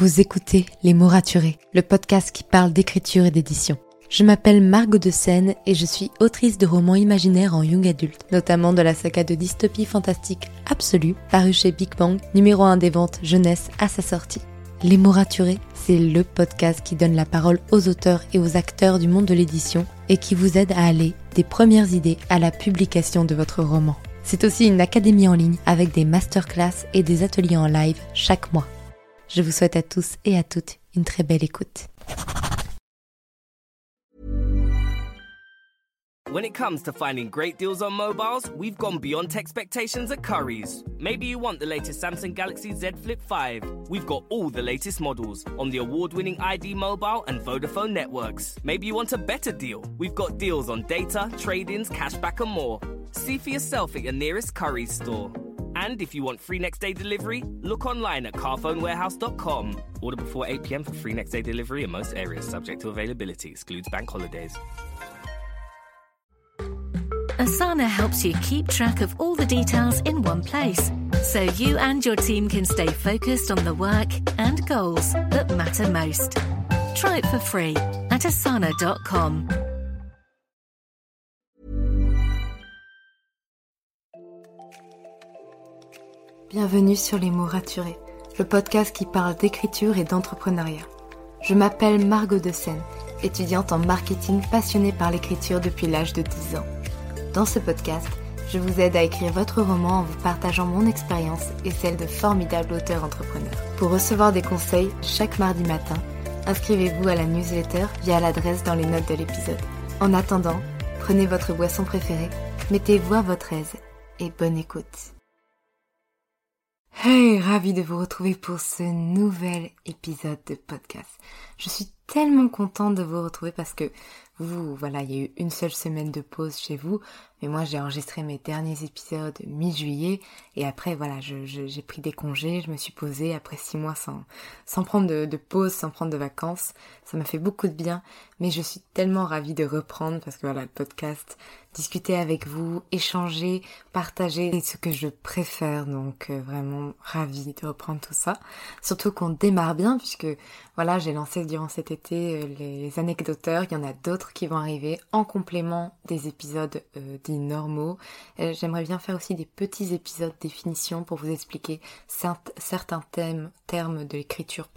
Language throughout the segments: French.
Vous écoutez Les mots raturés, le podcast qui parle d'écriture et d'édition. Je m'appelle Margot de Seine et je suis autrice de romans imaginaires en young adulte, notamment de la saga de dystopie fantastique Absolue, parue chez Big Bang, numéro 1 des ventes jeunesse à sa sortie. Les mots raturés, c'est le podcast qui donne la parole aux auteurs et aux acteurs du monde de l'édition et qui vous aide à aller des premières idées à la publication de votre roman. C'est aussi une académie en ligne avec des masterclass et des ateliers en live chaque mois. Je vous souhaite à tous et à toutes une très belle écoute. When it comes to finding great deals on mobiles, we've gone beyond expectations at Currys. Maybe you want the latest Samsung Galaxy Z Flip 5. We've got all the latest models on the award-winning ID Mobile and Vodafone networks. Maybe you want a better deal. We've got deals on data, trade-ins, cashback and more. See for yourself at your nearest Currys store. And if you want free next day delivery, look online at carphonewarehouse.com. Order before 8 p.m. for free next day delivery in most areas, subject to availability, excludes bank holidays. Asana helps you keep track of all the details in one place, so you and your team can stay focused on the work and goals that matter most. Try it for free at asana.com. Bienvenue sur Les mots raturés, le podcast qui parle d'écriture et d'entrepreneuriat. Je m'appelle Margot de Seine, étudiante en marketing passionnée par l'écriture depuis l'âge de 10 ans. Dans ce podcast, je vous aide à écrire votre roman en vous partageant mon expérience et celle de formidables auteurs entrepreneurs. Pour recevoir des conseils chaque mardi matin, inscrivez-vous à la newsletter via l'adresse dans les notes de l'épisode. En attendant, prenez votre boisson préférée, mettez-vous à votre aise et bonne écoute. Hey, ravie de vous retrouver pour ce nouvel épisode de podcast. Je suis tellement contente de vous retrouver parce que voilà, il y a eu une seule semaine de pause chez vous, mais moi j'ai enregistré mes derniers épisodes mi-juillet et après voilà, j'ai pris des congés, je me suis posée après 6 mois sans prendre de pause, sans prendre de vacances. Ça m'a fait beaucoup de bien, mais je suis tellement ravie de reprendre parce que voilà, le podcast, discuter avec vous, échanger, partager, c'est ce que je préfère, donc vraiment ravie de reprendre tout ça. Surtout qu'on démarre bien puisque voilà, j'ai lancé durant cet été les anecdoteurs, il y en a d'autres qui vont arriver en complément des épisodes dits normaux. J'aimerais bien faire aussi des petits épisodes définition pour vous expliquer certains termes de l'écriture,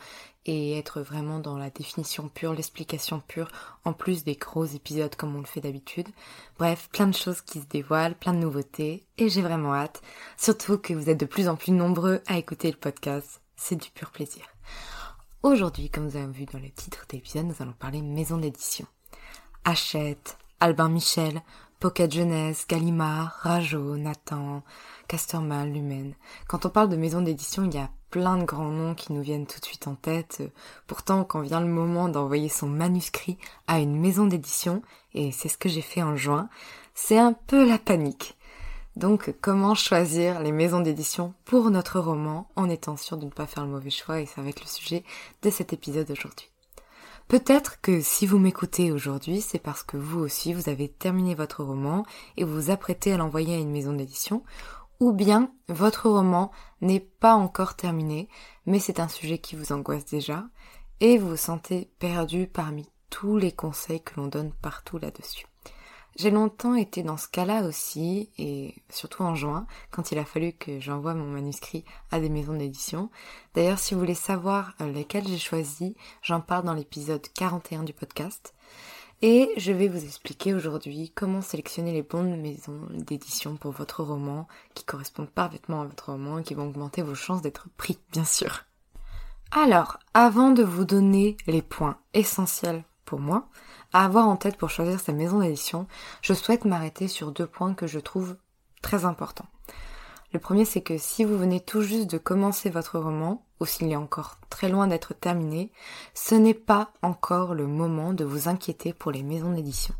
et être vraiment dans la définition pure, l'explication pure, en plus des gros épisodes comme on le fait d'habitude. Bref, plein de choses qui se dévoilent, plein de nouveautés, et j'ai vraiment hâte. Surtout que vous êtes de plus en plus nombreux à écouter le podcast, c'est du pur plaisir. Aujourd'hui, comme vous avez vu dans le titre de l'épisode, nous allons parler maison d'édition. Hachette, Albin Michel, Pocket Jeunesse, Gallimard, Rajo, Nathan, Casterman, Lumen. Quand on parle de maison d'édition, il y a plein de grands noms qui nous viennent tout de suite en tête. Pourtant, quand vient le moment d'envoyer son manuscrit à une maison d'édition, et c'est ce que j'ai fait en juin, c'est un peu la panique. Donc, comment choisir les maisons d'édition pour notre roman en étant sûr de ne pas faire le mauvais choix, et ça va être le sujet de cet épisode aujourd'hui. Peut-être que si vous m'écoutez aujourd'hui, c'est parce que vous aussi, vous avez terminé votre roman et vous vous apprêtez à l'envoyer à une maison d'édition, ou bien votre roman n'est pas encore terminé, mais c'est un sujet qui vous angoisse déjà, et vous vous sentez perdu parmi tous les conseils que l'on donne partout là-dessus. J'ai longtemps été dans ce cas-là aussi, et surtout en juin, quand il a fallu que j'envoie mon manuscrit à des maisons d'édition. D'ailleurs, si vous voulez savoir lesquelles j'ai choisi, j'en parle dans l'épisode 41 du podcast. Et je vais vous expliquer aujourd'hui comment sélectionner les bonnes maisons d'édition pour votre roman, qui correspondent parfaitement à votre roman et qui vont augmenter vos chances d'être pris, bien sûr. Alors, avant de vous donner les points essentiels pour moi, à avoir en tête pour choisir sa maison d'édition, je souhaite m'arrêter sur 2 points que je trouve très importants. Le premier, c'est que si vous venez tout juste de commencer votre roman, ou s'il est encore très loin d'être terminé, ce n'est pas encore le moment de vous inquiéter pour les maisons d'édition.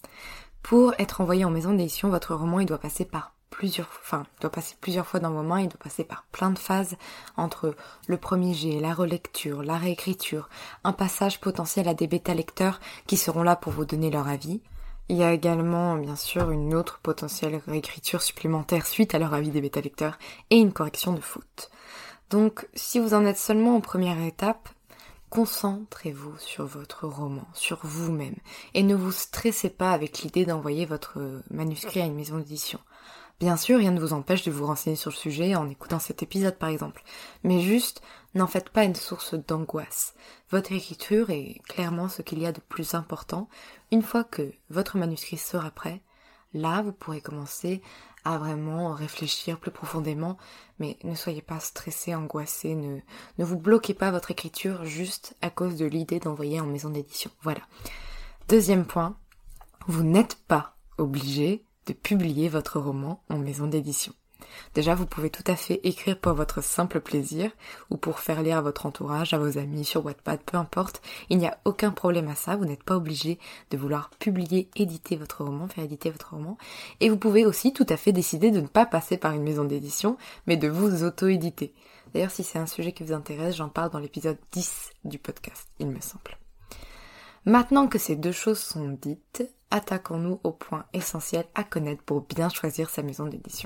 Pour être envoyé en maison d'édition, votre roman il doit passer plusieurs fois dans vos mains, il doit passer par plein de phases entre le premier jet, la relecture, la réécriture, un passage potentiel à des bêta-lecteurs qui seront là pour vous donner leur avis. Il y a également, bien sûr, une autre potentielle réécriture supplémentaire suite à leur avis des bêta-lecteurs et une correction de fautes. Donc, si vous en êtes seulement en première étape, concentrez-vous sur votre roman, sur vous-même, et ne vous stressez pas avec l'idée d'envoyer votre manuscrit à une maison d'édition. Bien sûr, rien ne vous empêche de vous renseigner sur le sujet en écoutant cet épisode par exemple, mais juste, n'en faites pas une source d'angoisse. Votre écriture est clairement ce qu'il y a de plus important. Une fois que votre manuscrit sera prêt, là vous pourrez commencer à vraiment réfléchir plus profondément, mais ne soyez pas stressé, angoissé, ne vous bloquez pas votre écriture juste à cause de l'idée d'envoyer en maison d'édition. Voilà. Deuxième point, vous n'êtes pas obligé de publier votre roman en maison d'édition. Déjà, vous pouvez tout à fait écrire pour votre simple plaisir ou pour faire lire à votre entourage, à vos amis, sur Wattpad, peu importe. Il n'y a aucun problème à ça. Vous n'êtes pas obligé de vouloir publier, éditer votre roman, faire éditer votre roman. Et vous pouvez aussi tout à fait décider de ne pas passer par une maison d'édition, mais de vous auto-éditer. D'ailleurs, si c'est un sujet qui vous intéresse, j'en parle dans l'épisode 10 du podcast, il me semble. Maintenant que ces deux choses sont dites, attaquons-nous au point essentiel à connaître pour bien choisir sa maison d'édition.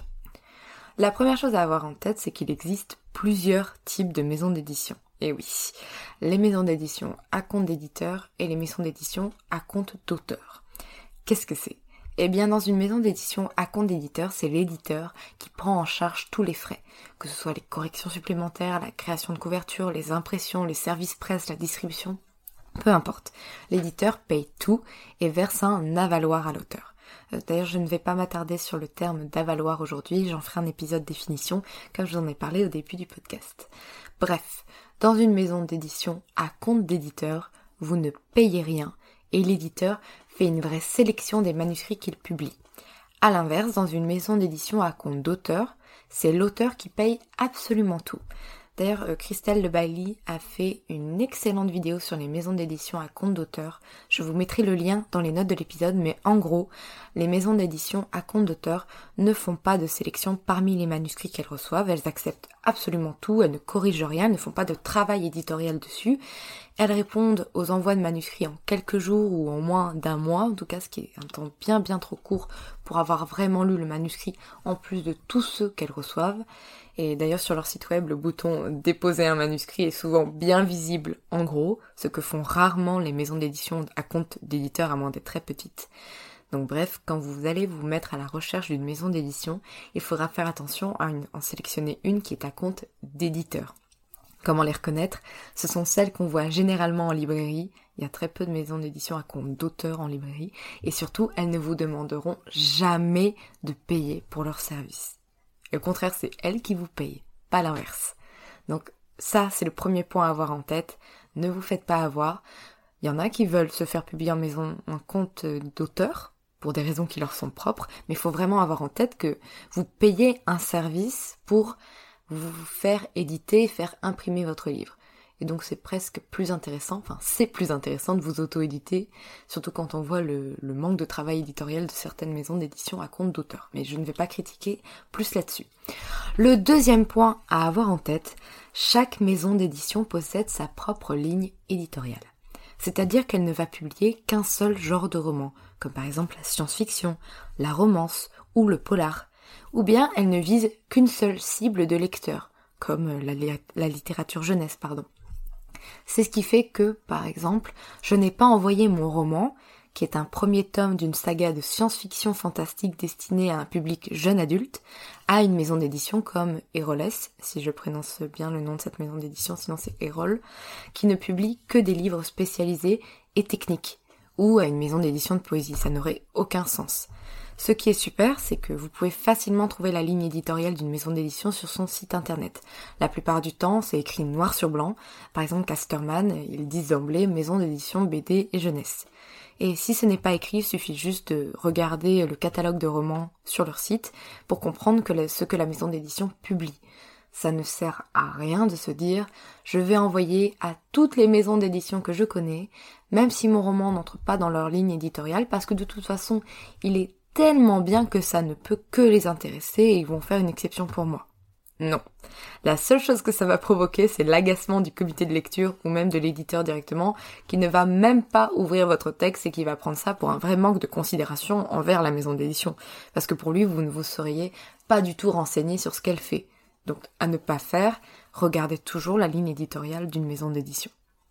La première chose à avoir en tête, c'est qu'il existe plusieurs types de maisons d'édition. Et oui, les maisons d'édition à compte d'éditeur et les maisons d'édition à compte d'auteur. Qu'est-ce que c'est ? Eh bien, dans une maison d'édition à compte d'éditeur, c'est l'éditeur qui prend en charge tous les frais, que ce soit les corrections supplémentaires, la création de couverture, les impressions, les services presse, la distribution, peu importe. L'éditeur paye tout et verse un avaloir à l'auteur. D'ailleurs, je ne vais pas m'attarder sur le terme d'avaloir aujourd'hui, j'en ferai un épisode définition, comme je vous en ai parlé au début du podcast. Bref, dans une maison d'édition à compte d'éditeur, vous ne payez rien et l'éditeur fait une vraie sélection des manuscrits qu'il publie. À l'inverse, dans une maison d'édition à compte d'auteur, c'est l'auteur qui paye absolument tout. D'ailleurs, Christelle de Bailly a fait une excellente vidéo sur les maisons d'édition à compte d'auteur. Je vous mettrai le lien dans les notes de l'épisode, mais en gros, les maisons d'édition à compte d'auteur ne font pas de sélection parmi les manuscrits qu'elles reçoivent. Elles acceptent absolument tout, elles ne corrigent rien, elles ne font pas de travail éditorial dessus. Elles répondent aux envois de manuscrits en quelques jours ou en moins d'un mois, en tout cas ce qui est un temps bien trop court pour avoir vraiment lu le manuscrit en plus de tous ceux qu'elles reçoivent. Et d'ailleurs sur leur site web, le bouton « Déposer un manuscrit » est souvent bien visible en gros, ce que font rarement les maisons d'édition à compte d'éditeur à moins d'être très petites. Donc bref, quand vous allez vous mettre à la recherche d'une maison d'édition, il faudra faire attention à en sélectionner une qui est à compte d'éditeur. Comment les reconnaître ? Ce sont celles qu'on voit généralement en librairie. Il y a très peu de maisons d'édition à compte d'auteur en librairie. Et surtout, elles ne vous demanderont jamais de payer pour leur service. Et au contraire, c'est elles qui vous payent, pas l'inverse. Donc ça, c'est le premier point à avoir en tête. Ne vous faites pas avoir. Il y en a qui veulent se faire publier en compte d'auteur, pour des raisons qui leur sont propres, mais il faut vraiment avoir en tête que vous payez un service pour vous faire éditer, faire imprimer votre livre. Et donc c'est presque plus intéressant, c'est plus intéressant de vous auto-éditer, surtout quand on voit le manque de travail éditorial de certaines maisons d'édition à compte d'auteur. Mais je ne vais pas critiquer plus là-dessus. Le deuxième point à avoir en tête, chaque maison d'édition possède sa propre ligne éditoriale. C'est-à-dire qu'elle ne va publier qu'un seul genre de roman, comme par exemple la science-fiction, la romance ou le polar. Ou bien elle ne vise qu'une seule cible de lecteurs, comme la littérature jeunesse, C'est ce qui fait que, par exemple, je n'ai pas envoyé mon roman, qui est un premier tome d'une saga de science-fiction fantastique destinée à un public jeune adulte, à une maison d'édition comme Erroles, si je prononce bien le nom de cette maison d'édition, sinon c'est Erol, qui ne publie que des livres spécialisés et techniques, ou à une maison d'édition de poésie, ça n'aurait aucun sens. Ce qui est super, c'est que vous pouvez facilement trouver la ligne éditoriale d'une maison d'édition sur son site internet. La plupart du temps, c'est écrit noir sur blanc. Par exemple, Casterman, ils disent d'emblée maison d'édition BD et jeunesse. Et si ce n'est pas écrit, il suffit juste de regarder le catalogue de romans sur leur site pour comprendre ce que la maison d'édition publie. Ça ne sert à rien de se dire « je vais envoyer à toutes les maisons d'édition que je connais, même si mon roman n'entre pas dans leur ligne éditoriale, parce que de toute façon, il est tellement bien que ça ne peut que les intéresser et ils vont faire une exception pour moi. » Non. La seule chose que ça va provoquer, c'est l'agacement du comité de lecture ou même de l'éditeur directement, qui ne va même pas ouvrir votre texte et qui va prendre ça pour un vrai manque de considération envers la maison d'édition. Parce que pour lui, vous ne vous seriez pas du tout renseigné sur ce qu'elle fait. Donc, à ne pas faire, regardez toujours la ligne éditoriale d'une maison d'édition.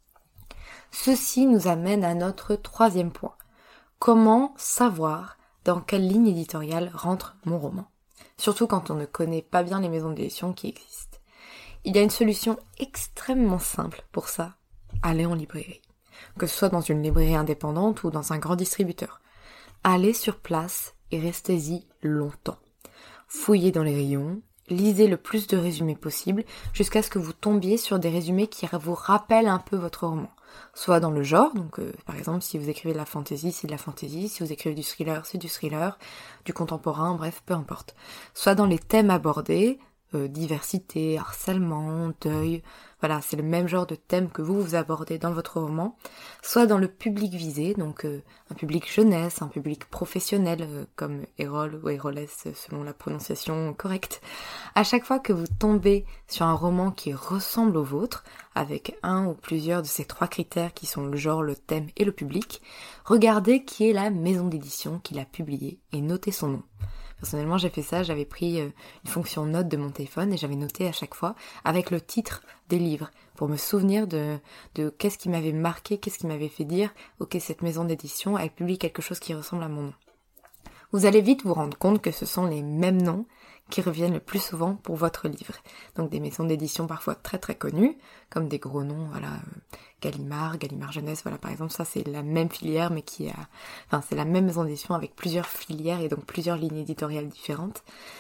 Ceci nous amène à notre troisième point. Comment savoir dans quelle ligne éditoriale rentre mon roman? Surtout quand on ne connaît pas bien les maisons d'édition qui existent. Il y a une solution extrêmement simple pour ça. Allez en librairie. Que ce soit dans une librairie indépendante ou dans un grand distributeur. Allez sur place et restez-y longtemps. Fouillez dans les rayons, lisez le plus de résumés possible jusqu'à ce que vous tombiez sur des résumés qui vous rappellent un peu votre roman. Soit dans le genre, donc par exemple si vous écrivez de la fantasy, c'est de la fantasy, si vous écrivez du thriller, c'est du thriller, du contemporain, bref, peu importe. Soit dans les thèmes abordés, diversité, harcèlement, deuil, voilà, c'est le même genre de thème que vous abordez dans votre roman, soit dans le public visé, donc un public jeunesse, un public professionnel, comme Erol ou Erolès selon la prononciation correcte. À chaque fois que vous tombez sur un roman qui ressemble au vôtre, avec un ou plusieurs de ces trois critères qui sont le genre, le thème et le public, regardez qui est la maison d'édition qui l'a publié et notez son nom. Personnellement, j'ai fait ça, j'avais pris une fonction note de mon téléphone et j'avais noté à chaque fois avec le titre des livres pour me souvenir de qu'est-ce qui m'avait marqué, qu'est-ce qui m'avait fait dire « Ok, cette maison d'édition, elle publie quelque chose qui ressemble à mon nom ». Vous allez vite vous rendre compte que ce sont les mêmes noms qui reviennent le plus souvent pour votre livre. Donc des maisons d'édition parfois très très connues, comme des gros noms, voilà, Gallimard Jeunesse, voilà par exemple, ça c'est la même filière mais c'est la même maison d'édition avec plusieurs filières et donc plusieurs lignes éditoriales différentes.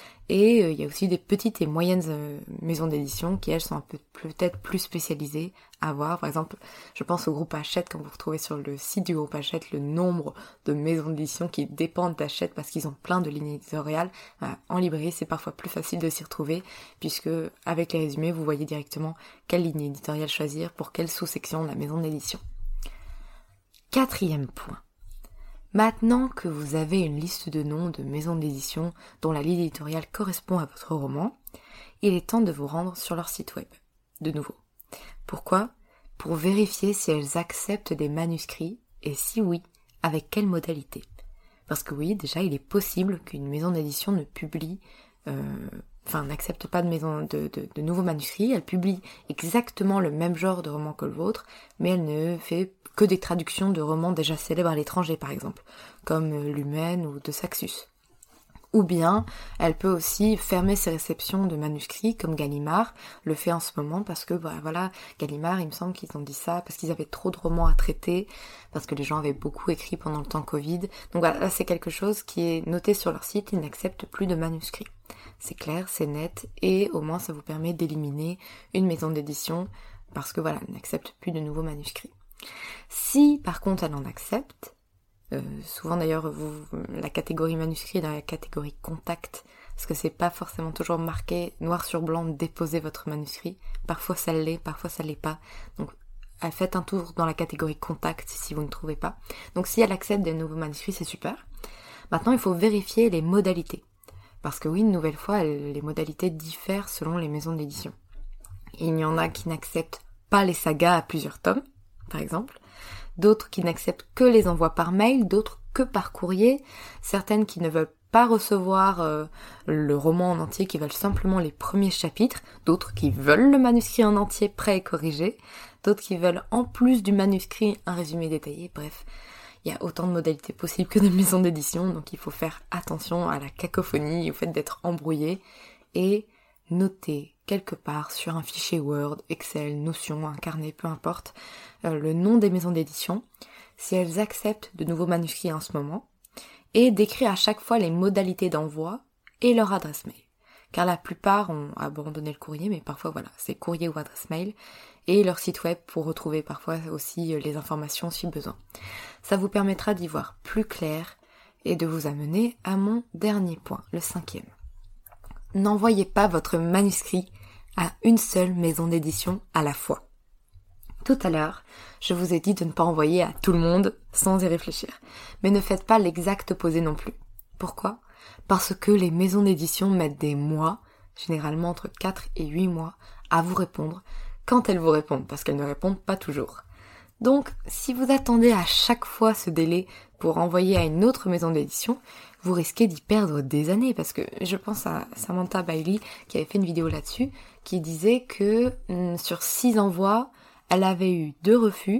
Et il y a aussi des petites et moyennes maisons d'édition qui elles sont peut-être plus spécialisées à voir. Par exemple, je pense au groupe Hachette, quand vous retrouvez sur le site du groupe Hachette le nombre de maisons d'édition qui dépendent d'Hachette parce qu'ils ont plein de lignes éditoriales. En librairie, c'est parfois plus facile de s'y retrouver puisque avec les résumés, vous voyez directement quelle ligne éditoriale choisir pour quelle sous-section de la maison d'édition. Quatrième point. Maintenant que vous avez une liste de noms de maisons d'édition dont la ligne éditoriale correspond à votre roman, il est temps de vous rendre sur leur site web, de nouveau. Pourquoi ? Pour vérifier si elles acceptent des manuscrits et si oui, avec quelle modalité. Parce que oui, déjà, il est possible qu'une maison d'édition ne publie, n'accepte pas de nouveaux manuscrits, elle publie exactement le même genre de roman que le vôtre, mais elle ne fait que des traductions de romans déjà célèbres à l'étranger, par exemple, comme Lumen ou de Saxus. Ou bien, elle peut aussi fermer ses réceptions de manuscrits, comme Gallimard le fait en ce moment, parce que, Gallimard, il me semble qu'ils ont dit ça, parce qu'ils avaient trop de romans à traiter, parce que les gens avaient beaucoup écrit pendant le temps Covid. Donc voilà, là, c'est quelque chose qui est noté sur leur site, ils n'acceptent plus de manuscrits. C'est clair, c'est net, et au moins ça vous permet d'éliminer une maison d'édition, parce que elle n'accepte plus de nouveaux manuscrits. Si par contre elle en accepte, souvent d'ailleurs la catégorie manuscrit est dans la catégorie contact, parce que c'est pas forcément toujours marqué noir sur blanc déposez votre manuscrit, parfois ça l'est, parfois ça l'est pas, donc faites un tour dans la catégorie contact si vous ne trouvez pas. Donc si elle accepte des nouveaux manuscrits, c'est super. Maintenant il faut vérifier les modalités, parce que oui, une nouvelle fois, les modalités diffèrent selon les maisons d'édition. Il y en a qui n'acceptent pas les sagas à plusieurs tomes, par exemple, d'autres qui n'acceptent que les envois par mail, d'autres que par courrier, certaines qui ne veulent pas recevoir le roman en entier, qui veulent simplement les premiers chapitres, d'autres qui veulent le manuscrit en entier prêt et corrigé, d'autres qui veulent en plus du manuscrit un résumé détaillé, bref, il y a autant de modalités possibles que de maisons d'édition, donc il faut faire attention à la cacophonie, au fait d'être embrouillé, et noter quelque part sur un fichier Word, Excel, Notion, un carnet, peu importe, le nom des maisons d'édition, si elles acceptent de nouveaux manuscrits en ce moment, et d'écrire à chaque fois les modalités d'envoi et leur adresse mail. Car la plupart ont abandonné le courrier, mais parfois c'est courrier ou adresse mail, et leur site web pour retrouver parfois aussi les informations si besoin. Ça vous permettra d'y voir plus clair et de vous amener à mon dernier point, le 5e. N'envoyez pas votre manuscrit à une seule maison d'édition à la fois. Tout à l'heure, je vous ai dit de ne pas envoyer à tout le monde sans y réfléchir. Mais ne faites pas l'exact opposé non plus. Pourquoi ? Parce que les maisons d'édition mettent des mois, généralement entre 4 et 8 mois, à vous répondre quand elles vous répondent, parce qu'elles ne répondent pas toujours. Donc, si vous attendez à chaque fois ce délai pour envoyer à une autre maison d'édition, vous risquez d'y perdre des années, parce que je pense à Samantha Bailey qui avait fait une vidéo là-dessus, qui disait que sur 6 envois, elle avait eu 2 refus,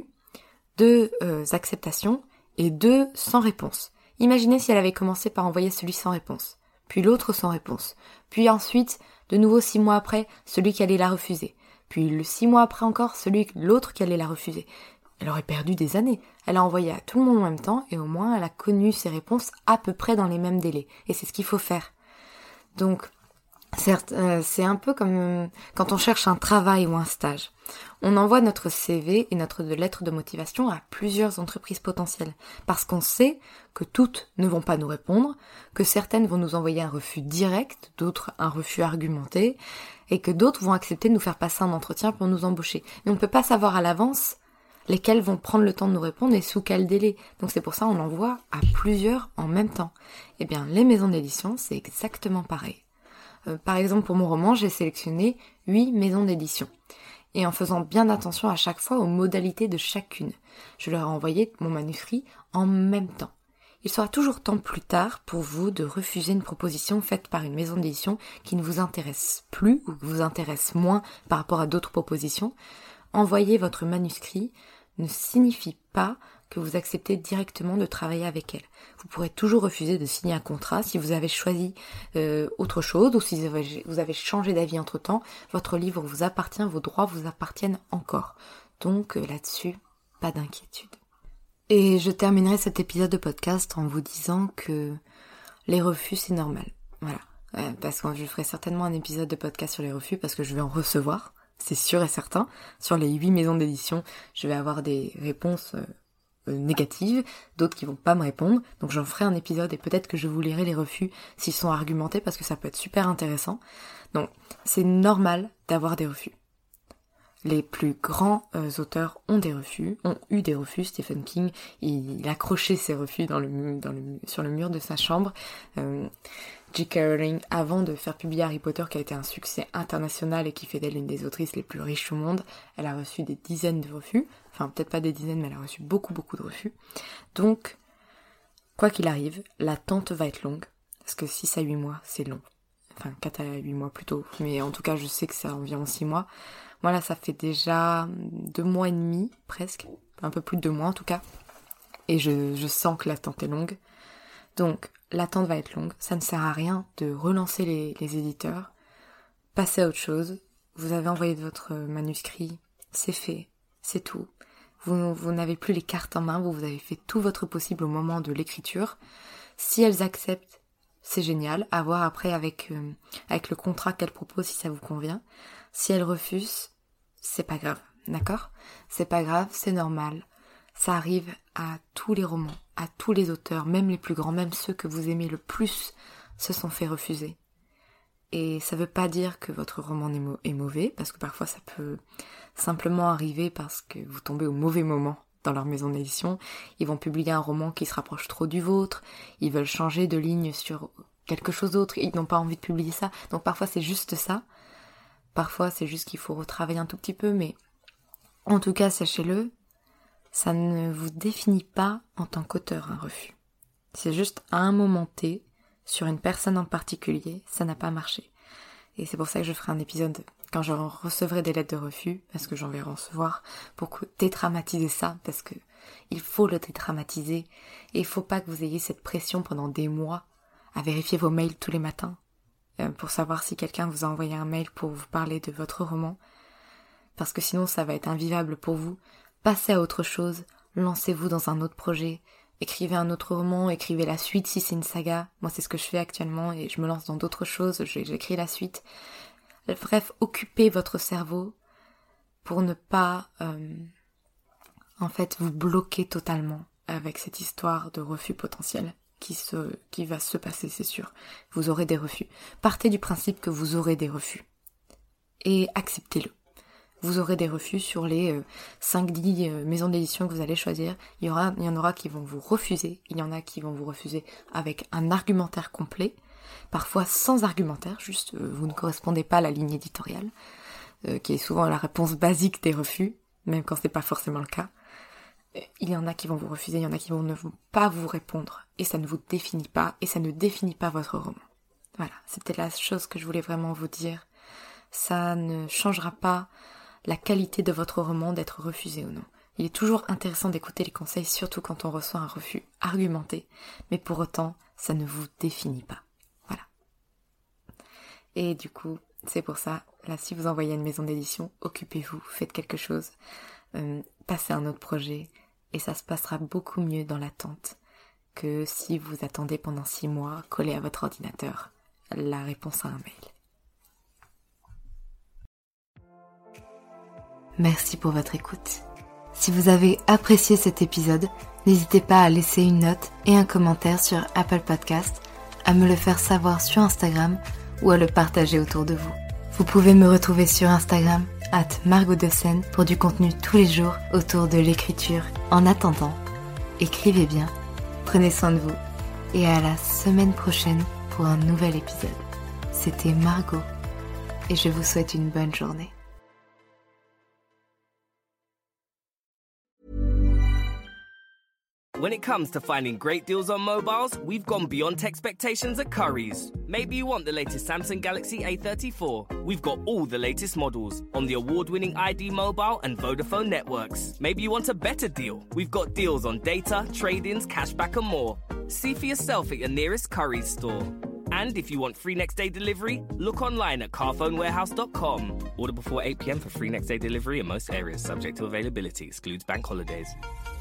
2 acceptations et 2 sans réponse. Imaginez si elle avait commencé par envoyer celui sans réponse, puis l'autre sans réponse, puis ensuite, de nouveau 6 mois après, celui qui allait la refuser, puis le 6 mois après encore, l'autre qui allait la refuser. Elle aurait perdu des années. Elle a envoyé à tout le monde en même temps et au moins elle a connu ses réponses à peu près dans les mêmes délais. Et c'est ce qu'il faut faire. Donc, certes, c'est un peu comme quand on cherche un travail ou un stage. On envoie notre CV et notre lettre de motivation à plusieurs entreprises potentielles parce qu'on sait que toutes ne vont pas nous répondre, que certaines vont nous envoyer un refus direct, d'autres un refus argumenté et que d'autres vont accepter de nous faire passer un entretien pour nous embaucher. Mais on ne peut pas savoir à l'avance lesquels vont prendre le temps de nous répondre et sous quel délai. Donc c'est pour ça qu'on l'envoie à plusieurs en même temps. Eh bien, les maisons d'édition, c'est exactement pareil. Par exemple, pour mon roman, j'ai sélectionné 8 maisons d'édition. Et en faisant bien attention à chaque fois aux modalités de chacune. Je leur ai envoyé mon manuscrit en même temps. Il sera toujours temps plus tard pour vous de refuser une proposition faite par une maison d'édition qui ne vous intéresse plus ou qui vous intéresse moins par rapport à d'autres propositions. Envoyer votre manuscrit ne signifie pas que vous acceptez directement de travailler avec elle. Vous pourrez toujours refuser de signer un contrat si vous avez choisi autre chose ou si vous avez changé d'avis entre-temps. Votre livre vous appartient, vos droits vous appartiennent encore. Donc là-dessus, pas d'inquiétude. Et je terminerai cet épisode de podcast en vous disant que les refus, c'est normal. Voilà. Parce que je ferai certainement un épisode de podcast sur les refus parce que je vais en recevoir. C'est sûr et certain. Sur les 8 maisons d'édition, je vais avoir des réponses négatives, d'autres qui vont pas me répondre. Donc j'en ferai un épisode et peut-être que je vous lirai les refus s'ils sont argumentés parce que ça peut être super intéressant. Donc c'est normal d'avoir des refus. Les plus grands auteurs ont eu des refus. Stephen King, il accrochait ses refus sur le mur de sa chambre. J.K. Rowling, avant de faire publier Harry Potter, qui a été un succès international et qui fait d'elle l'une des autrices les plus riches au monde, elle a reçu des dizaines de refus. Enfin, peut-être pas des dizaines, mais elle a reçu beaucoup de refus. Donc, quoi qu'il arrive, l'attente va être longue. Parce que 6 à 8 mois, c'est long. Enfin, 4 à 8 mois plutôt. Mais en tout cas, je sais que c'est environ 6 mois. Moi, là, ça fait déjà 2 mois et demi, presque. Un peu plus de 2 mois, en tout cas. Et je sens que l'attente est longue. Donc, l'attente va être longue. Ça ne sert à rien de relancer les éditeurs. Passez à autre chose. Vous avez envoyé votre manuscrit. C'est fait. C'est tout. Vous n'avez plus les cartes en main. Vous avez fait tout votre possible au moment de l'écriture. Si elles acceptent, c'est génial. À voir après avec le contrat qu'elles proposent si ça vous convient. Si elles refusent, c'est pas grave. D'accord ? C'est pas grave, c'est normal. Ça arrive à tous les romans, à tous les auteurs, même les plus grands, même ceux que vous aimez le plus, se sont fait refuser. Et ça veut pas dire que votre roman est mauvais, parce que parfois ça peut simplement arriver parce que vous tombez au mauvais moment dans leur maison d'édition. Ils vont publier un roman qui se rapproche trop du vôtre, ils veulent changer de ligne sur quelque chose d'autre, ils n'ont pas envie de publier ça. Donc parfois c'est juste ça. Parfois c'est juste qu'il faut retravailler un tout petit peu, mais en tout cas sachez-le, ça ne vous définit pas en tant qu'auteur un refus. C'est juste à un moment T, sur une personne en particulier, ça n'a pas marché. Et c'est pour ça que je ferai un épisode quand je recevrai des lettres de refus, parce que j'en vais recevoir, pour dédramatiser ça, parce que il faut le dédramatiser. Et il faut pas que vous ayez cette pression pendant des mois à vérifier vos mails tous les matins, pour savoir si quelqu'un vous a envoyé un mail pour vous parler de votre roman, parce que sinon ça va être invivable pour vous. Passez à autre chose, lancez-vous dans un autre projet, écrivez un autre roman, écrivez la suite si c'est une saga. Moi c'est ce que je fais actuellement et je me lance dans d'autres choses, j'écris la suite. Bref, occupez votre cerveau pour ne pas vous bloquer totalement avec cette histoire de refus potentiel qui va se passer, c'est sûr. Vous aurez des refus. Partez du principe que vous aurez des refus et acceptez-le. Vous aurez des refus sur les 5-10 maisons d'édition que vous allez choisir. Il y en aura qui vont vous refuser. Il y en a qui vont vous refuser avec un argumentaire complet. Parfois sans argumentaire, juste vous ne correspondez pas à la ligne éditoriale, qui est souvent la réponse basique des refus, même quand c'est pas forcément le cas. il y en a qui vont vous refuser, il y en a qui ne vont pas vous répondre. Et ça ne vous définit pas, et ça ne définit pas votre roman. Voilà, c'était la chose que je voulais vraiment vous dire. Ça ne changera pas la qualité de votre roman d'être refusé ou non. Il est toujours intéressant d'écouter les conseils, surtout quand on reçoit un refus argumenté. Mais pour autant, ça ne vous définit pas. Voilà. Et du coup, c'est pour ça, là, si vous envoyez à une maison d'édition, occupez-vous, faites quelque chose, passez à un autre projet, et ça se passera beaucoup mieux dans l'attente que si vous attendez pendant 6 mois, collé à votre ordinateur, la réponse à un mail. Merci pour votre écoute. Si vous avez apprécié cet épisode, n'hésitez pas à laisser une note et un commentaire sur Apple Podcast, à me le faire savoir sur Instagram ou à le partager autour de vous. Vous pouvez me retrouver sur Instagram @margotdesseine pour du contenu tous les jours autour de l'écriture. En attendant, écrivez bien, prenez soin de vous et à la semaine prochaine pour un nouvel épisode. C'était Margot et je vous souhaite une bonne journée. When it comes to finding great deals on mobiles, we've gone beyond expectations at Currys. Maybe you want the latest Samsung Galaxy A34. We've got all the latest models on the award-winning ID Mobile and Vodafone networks. Maybe you want a better deal. We've got deals on data, trade-ins, cashback and more. See for yourself at your nearest Currys store. And if you want free next day delivery, look online at carphonewarehouse.com. Order before 8 p.m. for free next day delivery in most areas, subject to availability, excludes bank holidays.